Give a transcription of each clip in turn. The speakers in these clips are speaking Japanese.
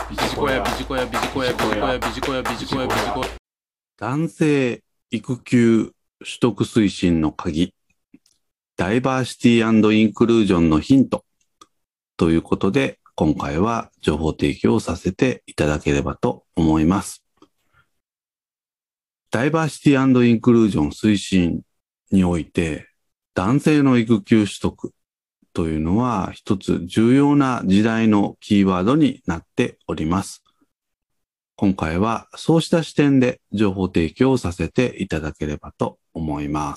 ビジコヤ男性育休取得推進の鍵、ダイバーシティ&インクルージョンのヒントということで、今回は情報提供をさせていただければと思います。ダイバーシティ&インクルージョン推進において、男性の育休取得というのは一つ重要な時代のキーワードになっております。今回はそうした視点で情報提供をさせていただければと思います。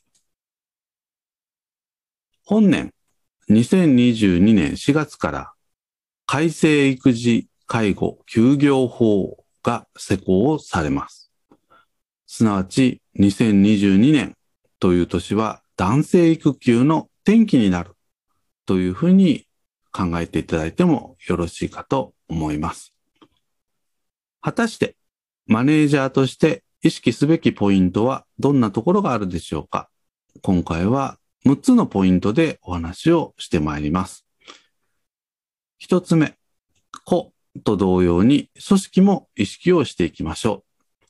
本年2022年4月から改正育児介護休業法が施行されます。すなわち2022年という年は男性育休の転機になるというふうに考えていただいてもよろしいかと思います。果たしてマネージャーとして意識すべきポイントはどんなところがあるでしょうか。今回は6つのポイントでお話をしてまいります。1つ目、個と同様に組織も意識をしていきましょう。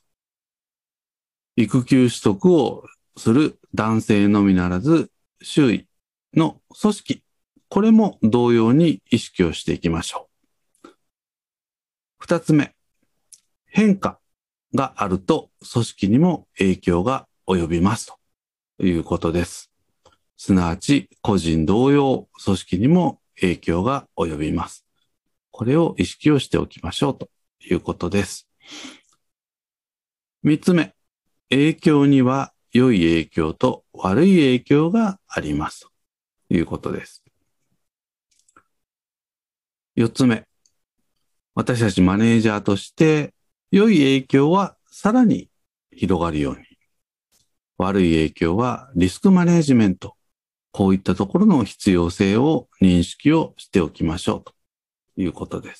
育休取得をする男性のみならず周囲の組織、これも同様に意識をしていきましょう。2つ目、変化があると組織にも影響が及びますということです。すなわち個人同様組織にも影響が及びます。これを意識をしておきましょうということです。3つ目、影響には良い影響と悪い影響がありますということです。4つ目、私たちマネージャーとして良い影響はさらに広がるように、悪い影響はリスクマネジメント、こういったところの必要性を認識をしておきましょうということです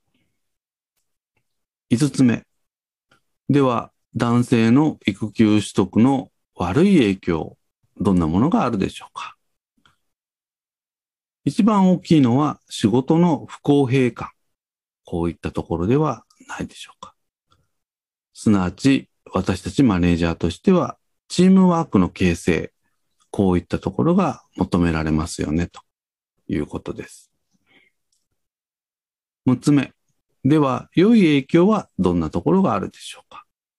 。5つ目、では男性の育休取得の悪い影響、どんなものがあるでしょうか。一番大きいのは仕事の不公平感、こういったところではないでしょうか。すなわち私たちマネージャーとしてはチームワークの形成、こういったところが求められますよねということです。6つ目、では良い影響はどんなところがあるでしょうか。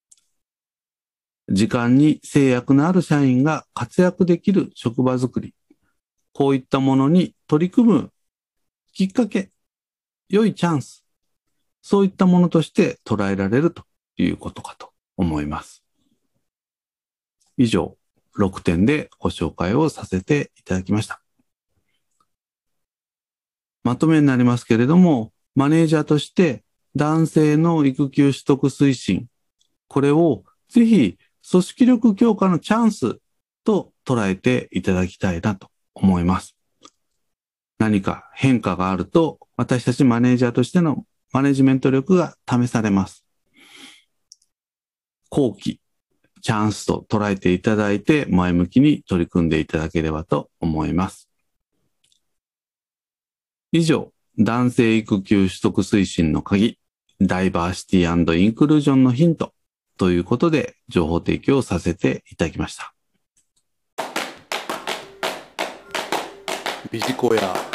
時間に制約のある社員が活躍できる職場づくり、こういったものに取り組むきっかけ、良いチャンス、そういったものとして捉えられるということかと思います。以上、6点でご紹介をさせていただきました。まとめになりますけれども、マネージャーとして男性の育休取得推進、これをぜひ組織力強化のチャンスと捉えていただきたいなと思います。何か変化があると、私たちマネージャーとしてのマネジメント力が試されます。好機、チャンスと捉えていただいて前向きに取り組んでいただければと思います。以上、男性育休取得推進の鍵、ダイバーシティ&インクルージョンのヒントということで情報提供させていただきました。 ビジコヤ